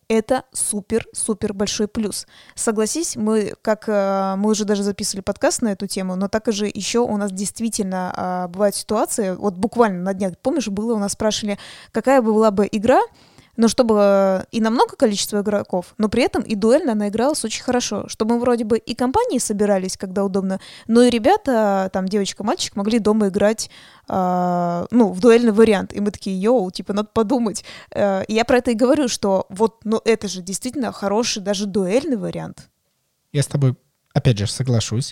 Это супер-супер большой плюс. Согласись, мы, как мы уже даже записывали подкаст на эту тему, но так же еще у нас действительно а, бывают ситуации, вот буквально на днях, помнишь, было, у нас спрашивали, какая бы была бы игра, но чтобы и на много количества игроков, но при этом и дуэльно она игралась очень хорошо, чтобы мы вроде бы и компании собирались, когда удобно, но и ребята, там девочка, мальчик, могли дома играть, э, ну, в дуэльный вариант. И мы такие, йоу, типа, надо подумать. Э, и я про это и говорю, что вот, ну, это же действительно хороший даже дуэльный вариант. Я с тобой опять же, соглашусь.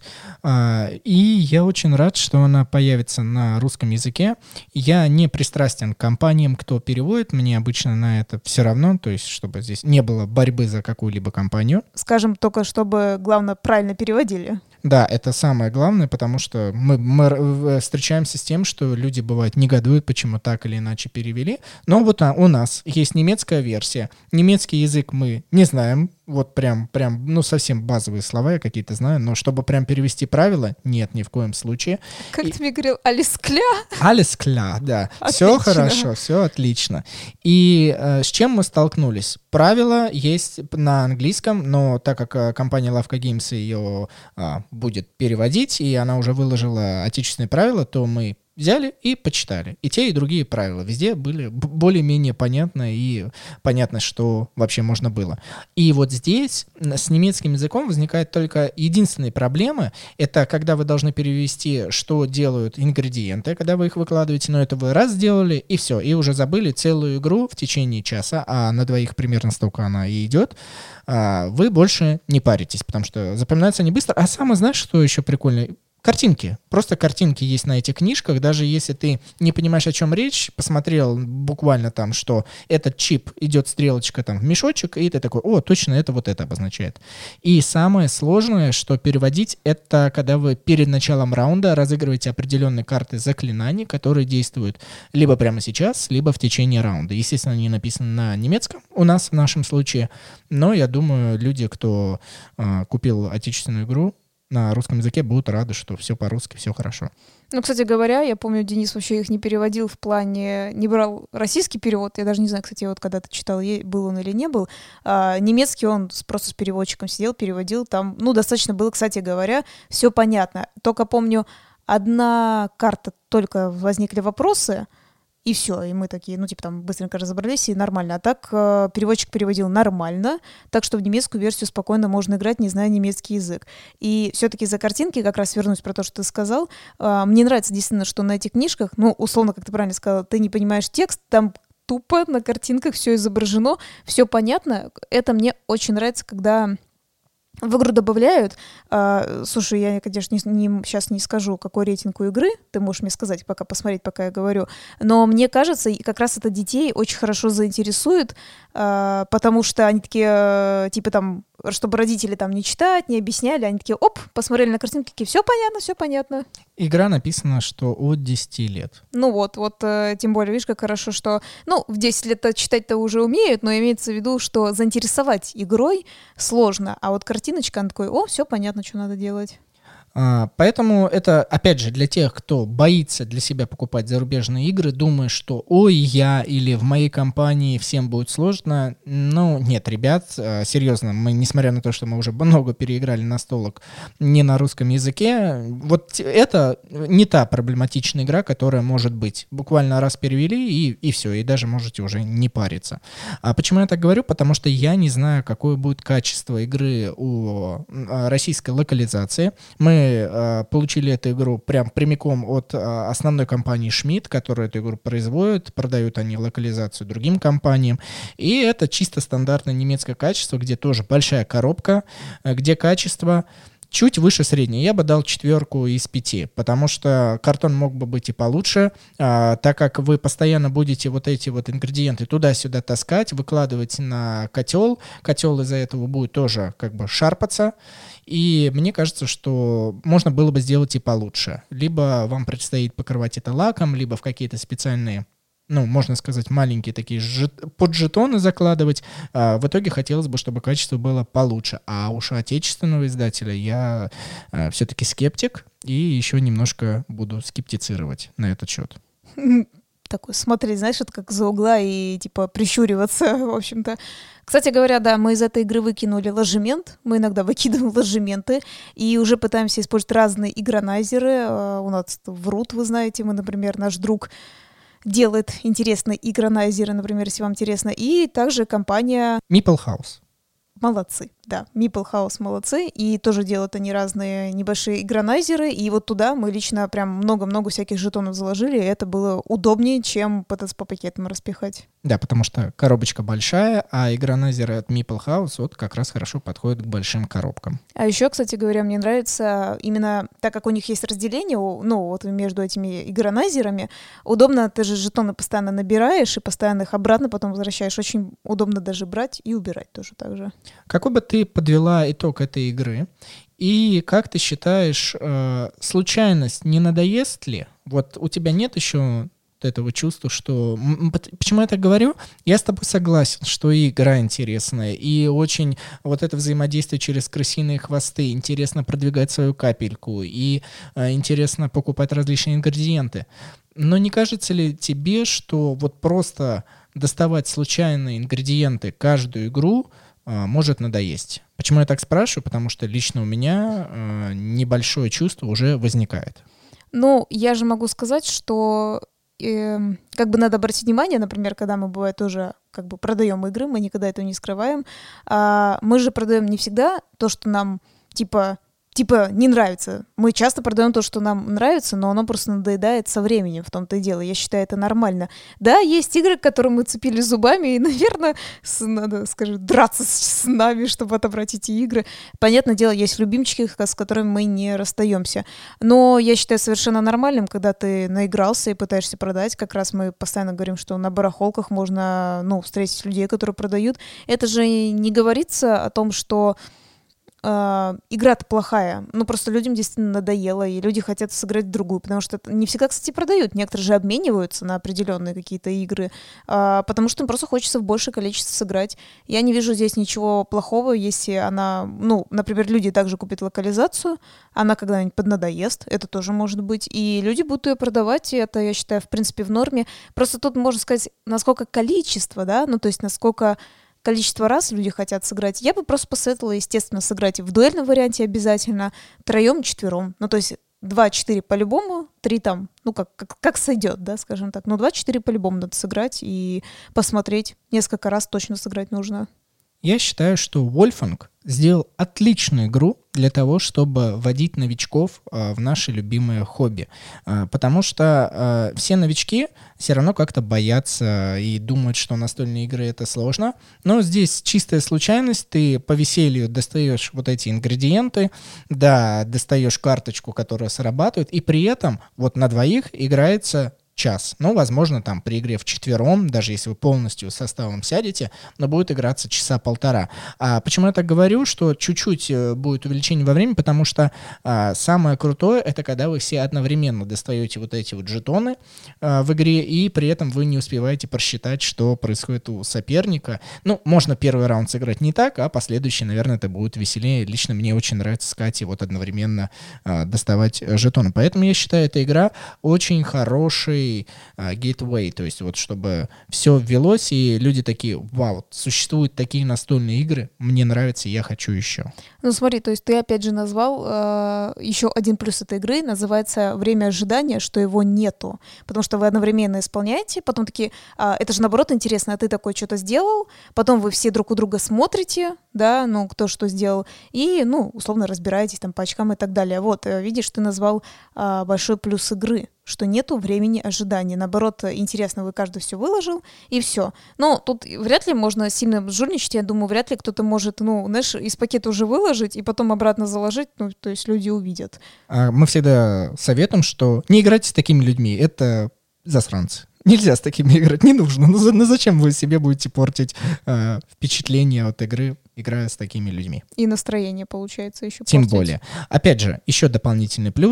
И я очень рад, что она появится на русском языке. Я не пристрастен к компаниям, кто переводит. Мне обычно на это все равно, то есть чтобы здесь не было борьбы за какую-либо компанию. Скажем только, чтобы, главное, правильно переводили. Да, это самое главное, потому что мы, мы встречаемся с тем, что люди, бывает, негодуют, почему так или иначе перевели. Но вот а, у нас есть немецкая версия. Немецкий язык мы не знаем. Вот прям, прям, ну, совсем базовые слова я какие-то знаю, но чтобы прям перевести правила, нет, ни в коем случае. Как И... ты мне говорил, alles klar? Alles klar, да. Отлично. Все хорошо, все отлично. И э, с чем мы столкнулись? Правила есть на английском, но так как э, компания Lavka Games ее э, будет переводить, и она уже выложила отечественные правила, то мы взяли и почитали. И те, и другие правила везде были более-менее понятны, и понятно, что вообще можно было. И вот здесь с немецким языком возникает только единственная проблема, это когда вы должны перевести, что делают ингредиенты, когда вы их выкладываете, но это вы раз сделали, и все, и уже забыли целую игру в течение часа, а на двоих примерно столько она и идет, вы больше не паритесь, потому что запоминаются они быстро. А самое, знаешь, что еще прикольно? Картинки. Просто картинки есть на этих книжках. Даже если ты не понимаешь, о чем речь, посмотрел буквально там, что этот чип идет стрелочка там в мешочек, и ты такой, о, точно это вот это обозначает. И самое сложное, что переводить, это когда вы перед началом раунда разыгрываете определенные карты заклинаний, которые действуют либо прямо сейчас, либо в течение раунда. Естественно, они написаны на немецком у нас в нашем случае, но я думаю, люди, кто э, купил отечественную игру, на русском языке будут рады, что все по-русски, все хорошо. Ну, кстати говоря, я помню, Денис вообще их не переводил в плане... Не брал российский перевод. Я даже не знаю, кстати, вот когда ты читал, был он или не был. А, немецкий он просто с переводчиком сидел, переводил. Там, ну, достаточно было, кстати говоря, все понятно. Только помню, одна карта, только возникли вопросы, и все, и мы такие, ну, типа, там, быстренько разобрались, и нормально. А так э, переводчик переводил нормально, так что в немецкую версию спокойно можно играть, не зная немецкий язык. И все-таки за картинки, как раз вернусь про то, что ты сказал, э, мне нравится действительно, что на этих книжках, ну, условно, как ты правильно сказала, ты не понимаешь текст, там тупо на картинках все изображено, все понятно. Это мне очень нравится, когда... В игру добавляют. А, слушай, я, конечно, не, не, сейчас не скажу, какой рейтинг у игры. Ты можешь мне сказать, пока посмотреть, пока я говорю. Но мне кажется, как раз это детей очень хорошо заинтересует, а, потому что они такие, типа там, чтобы родители там не читать, не объясняли, они такие, оп, посмотрели на картинки, такие, все понятно, все понятно. Игра написана, что от десяти лет. Ну вот, вот, э, тем более, видишь, как хорошо, что, ну, в десять лет читать-то уже умеют, но имеется в виду, что заинтересовать игрой сложно, а вот картиночка, она такой, о, все понятно, что надо делать. А, поэтому это, опять же, для тех, кто боится для себя покупать зарубежные игры, думая, что ой, я или в моей компании всем будет сложно. Ну, нет, ребят, серьезно, мы, несмотря на то, что мы уже много переиграли настолок не на русском языке, вот это не та проблематичная игра, которая может быть. Буквально раз перевели, и, и все, и даже можете уже не париться. А почему я так говорю? Потому что я не знаю, какое будет качество игры у российской локализации. Мы получили эту игру прям прямиком от а, основной компании Schmidt, которая эту игру производит, продают они локализацию другим компаниям, и это чисто стандартное немецкое качество, где тоже большая коробка, где качество чуть выше средней. Я бы дал четверку из пяти, потому что картон мог бы быть и получше, а, так как вы постоянно будете вот эти вот ингредиенты туда-сюда таскать, выкладывать на котел, котел из-за этого будет тоже как бы шарпаться, и мне кажется, что можно было бы сделать и получше. Либо вам предстоит покрывать это лаком, либо в какие-то специальные, ну, можно сказать, маленькие такие жет... поджетоны закладывать. А, в итоге хотелось бы, чтобы качество было получше. А уж отечественного издателя я а, все-таки скептик и еще немножко буду скептицировать на этот счет. такой смотреть, знаешь, это как за угла и, типа, прищуриваться, в общем-то. Кстати говоря, да, мы из этой игры выкинули ложемент, мы иногда выкидываем ложементы, и уже пытаемся использовать разные игронайзеры. У нас врут, вы знаете, мы, например, наш друг делает интересные игронайзеры, например, если вам интересно, и также компания... Meeple House. Молодцы, да, Meeple House молодцы, и тоже делают они разные небольшие игронайзеры, и вот туда мы лично прям много-много всяких жетонов заложили, и это было удобнее, чем пытаться по пакетам распихать. Да, потому что коробочка большая, а игронайзеры от Meeple House вот как раз хорошо подходят к большим коробкам. А еще, кстати говоря, мне нравится именно, так как у них есть разделение, ну, вот между этими игронайзерами, удобно, ты же жетоны постоянно набираешь и постоянно их обратно потом возвращаешь, очень удобно даже брать и убирать тоже так же. Какой бы ты подвела итог этой игры? И как ты считаешь, э, случайность не надоест ли? Вот у тебя нет еще этого чувства, что... Почему я так говорю? Я с тобой согласен, что и игра интересная, и очень вот это взаимодействие через крысиные хвосты, интересно продвигать свою капельку, и э, интересно покупать различные ингредиенты. Но не кажется ли тебе, что вот просто доставать случайные ингредиенты каждую игру может надоесть? Почему я так спрашиваю? Потому что лично у меня э, небольшое чувство уже возникает. Ну, я же могу сказать, что э, как бы надо обратить внимание, например, когда мы, бывает, тоже как бы продаем игры, мы никогда этого не скрываем, а мы же продаем не всегда то, что нам типа... типа не нравится. Мы часто продаем то, что нам нравится, но оно просто надоедает со временем, в том-то и дело. Я считаю, это нормально. Да, есть игры, к которым мы цепили зубами, и, наверное, с, надо, скажем, драться с, с нами, чтобы отобрать эти игры. Понятное дело, есть любимчики, с которыми мы не расстаемся. Но я считаю совершенно нормальным, когда ты наигрался и пытаешься продать. Как раз мы постоянно говорим, что на барахолках можно, ну, встретить людей, которые продают. Это же не говорится о том, что Uh, игра-то плохая, ну просто людям действительно надоело, и люди хотят сыграть в другую, потому что не всегда, кстати, продают, некоторые же обмениваются на определенные какие-то игры, uh, потому что им просто хочется в большее количество сыграть. Я не вижу здесь ничего плохого, если она, ну, например, люди также купят локализацию, она когда-нибудь поднадоест, это тоже может быть, и люди будут ее продавать, и это, я считаю, в принципе, в норме. Просто тут можно сказать, насколько количество, да, ну то есть насколько количество раз люди хотят сыграть. Я бы просто посоветовала, естественно, сыграть в дуэльном варианте обязательно, троем, четвером. Ну, то есть два-четыре по-любому, три там, ну, как, как, как сойдет, да, скажем так. Но два-четыре по-любому надо сыграть и посмотреть. Несколько раз точно сыграть нужно. Я считаю, что Wolfang сделал отличную игру для того, чтобы вводить новичков э, в наши любимые хобби. Э, потому что э, все новички все равно как-то боятся и думают, что настольные игры — это сложно. Но здесь чистая случайность. Ты по веселью достаешь вот эти ингредиенты, да, достаешь карточку, которая срабатывает, и при этом вот на двоих играется час. Ну, возможно, там при игре вчетвером, даже если вы полностью составом сядете, но будет играться часа полтора. А почему я так говорю, что чуть-чуть будет увеличение во времени? Потому что а, самое крутое — это когда вы все одновременно достаете вот эти вот жетоны а, в игре, и при этом вы не успеваете просчитать, что происходит у соперника. Ну, можно первый раунд сыграть не так, а последующий, наверное, это будет веселее. Лично мне очень нравится с Катей вот одновременно а, доставать жетоны. Поэтому я считаю, эта игра очень хороший гейтвей, uh, то есть вот чтобы все ввелось, и люди такие: вау, существуют такие настольные игры, мне нравится, я хочу еще. Ну смотри, то есть ты опять же назвал э, еще один плюс этой игры, называется время ожидания, что его нету, потому что вы одновременно исполняете, потом такие, э, это же наоборот интересно, а ты такой что-то сделал, потом вы все друг у друга смотрите, да, ну кто что сделал, и, ну, условно разбираетесь там по очкам и так далее. Вот, видишь, ты назвал э, большой плюс игры, что нету времени ожидания. Наоборот, интересно, вы каждый все выложил, и все. Но тут вряд ли можно сильно жульничать, я думаю, вряд ли кто-то может, ну, знаешь, из пакета уже выложить и потом обратно заложить, ну, то есть люди увидят. Мы всегда советуем, что не играйте с такими людьми, это засранцы. Нельзя с такими играть, не нужно. Ну, ну зачем вы себе будете портить э, впечатление от игры, играя с такими людьми? И настроение, получается, еще Тем портить. более. Опять же, еще дополнительный плюс.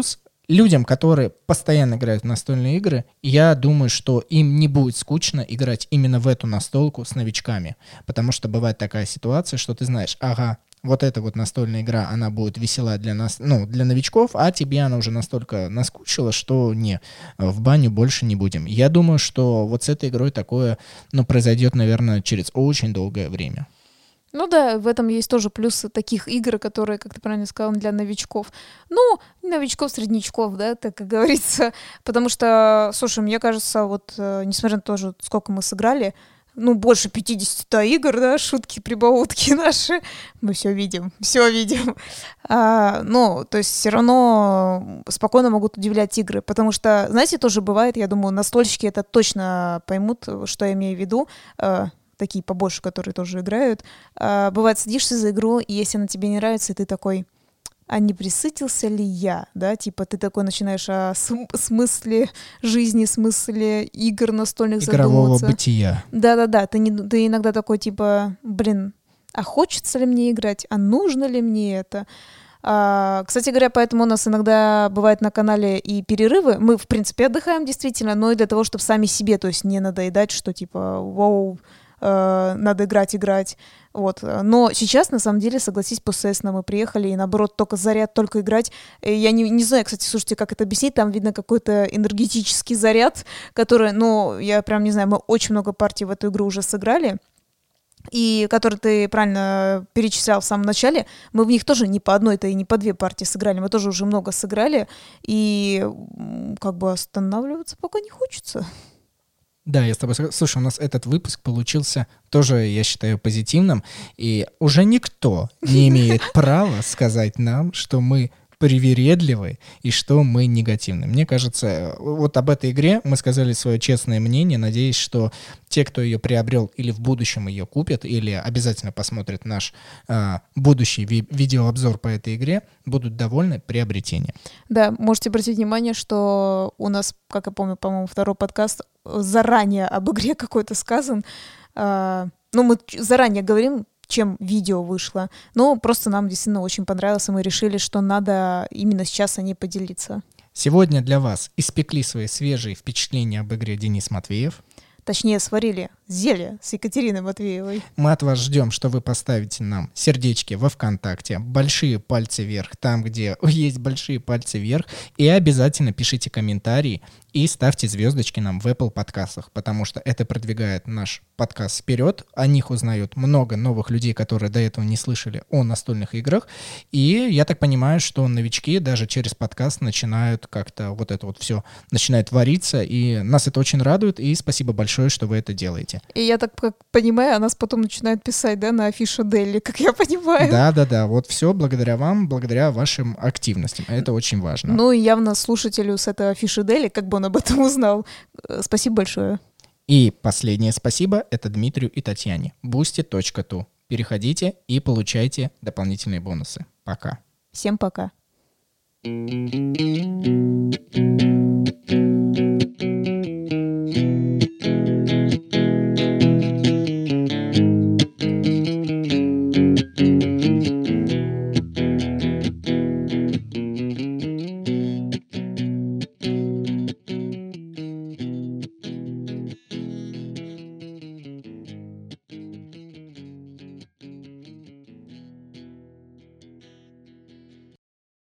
людям, которые постоянно играют в настольные игры, я думаю, что им не будет скучно играть именно в эту настолку с новичками. Потому что бывает такая ситуация, что ты знаешь, ага, вот эта вот настольная игра, она будет весела для нас, ну, для новичков, а тебе она уже настолько наскучила, что не, в баню больше не будем. Я думаю, что вот с этой игрой такое, ну, произойдет, наверное, через очень долгое время. Ну да, в этом есть тоже плюсы таких игр, которые, как ты правильно сказал, для новичков. Ну, новичков, среднячков, да, так как говорится. Потому что, слушай, мне кажется, вот, несмотря на то, сколько мы сыграли, ну, больше пятьдесят игр, да, шутки, прибаутки наши, мы все видим, все видим. А, ну, то есть все равно спокойно могут удивлять игры, потому что, знаете, тоже бывает, я думаю, настольщики это точно поймут, что я имею в виду, а, такие побольше, которые тоже играют. А, бывает, садишься за игру, и если она тебе не нравится, и ты такой... а не присытился ли я, да, типа ты такой начинаешь о см- смысле жизни, смысле игр настольных игрового задумываться. бытия. Да-да-да, ты, не, ты иногда такой, типа, блин, а хочется ли мне играть, а нужно ли мне это? А, кстати говоря, поэтому у нас иногда бывает на канале и перерывы, мы, в принципе, отдыхаем действительно, но и для того, чтобы сами себе, то есть не надоедать, что, типа, вау, надо играть, играть, вот. Но сейчас, на самом деле, согласись, после эс эн мы приехали, и наоборот, только заряд, только играть. Я не, не знаю, кстати, слушайте, как это объяснить, там видно какой-то энергетический заряд, который, ну, я прям не знаю, мы очень много партий в эту игру уже сыграли, и который ты правильно перечислял в самом начале, мы в них тоже не по одной-то и не по две партии сыграли, мы тоже уже много сыграли, и как бы останавливаться пока не хочется. Да, я с тобой согласен. Слушай, у нас этот выпуск получился тоже, я считаю, позитивным, и уже никто не имеет права сказать нам, что мы привередливы и что мы негативны. Мне кажется, вот об этой игре мы сказали свое честное мнение, надеюсь, что те, кто ее приобрел или в будущем ее купят, или обязательно посмотрят наш э, будущий ви- видеообзор по этой игре, будут довольны приобретением. Да, можете обратить внимание, что у нас, как я помню, по-моему, второй подкаст заранее об игре какой-то сказан. А, ну, мы заранее говорим, чем видео вышло. Но просто нам действительно очень понравилось, и мы решили, что надо именно сейчас о ней поделиться. Сегодня для вас испекли свои свежие впечатления об игре Денис Матвеев. Точнее, сварили зелье с Екатериной Матвеевой. Мы от вас ждем, что вы поставите нам сердечки во ВКонтакте, большие пальцы вверх там, где есть большие пальцы вверх, и обязательно пишите комментарии и ставьте звездочки нам в Apple подкастах, потому что это продвигает наш подкаст вперед, о них узнают много новых людей, которые до этого не слышали о настольных играх, и я так понимаю, что новички даже через подкаст начинают как-то вот это вот все начинает вариться, и нас это очень радует, и спасибо большое, что вы это делаете. И я так как понимаю, о нас потом начинают писать, да, на афише Дели, как я понимаю. Да-да-да, вот все благодаря вам, благодаря вашим активностям, это очень важно. Ну и явно слушателю с этой афиши Дели, как бы он об этом узнал, спасибо большое. И последнее спасибо — это Дмитрию и Татьяне. бусти точка ту. Переходите и получайте дополнительные бонусы. Пока. Всем пока.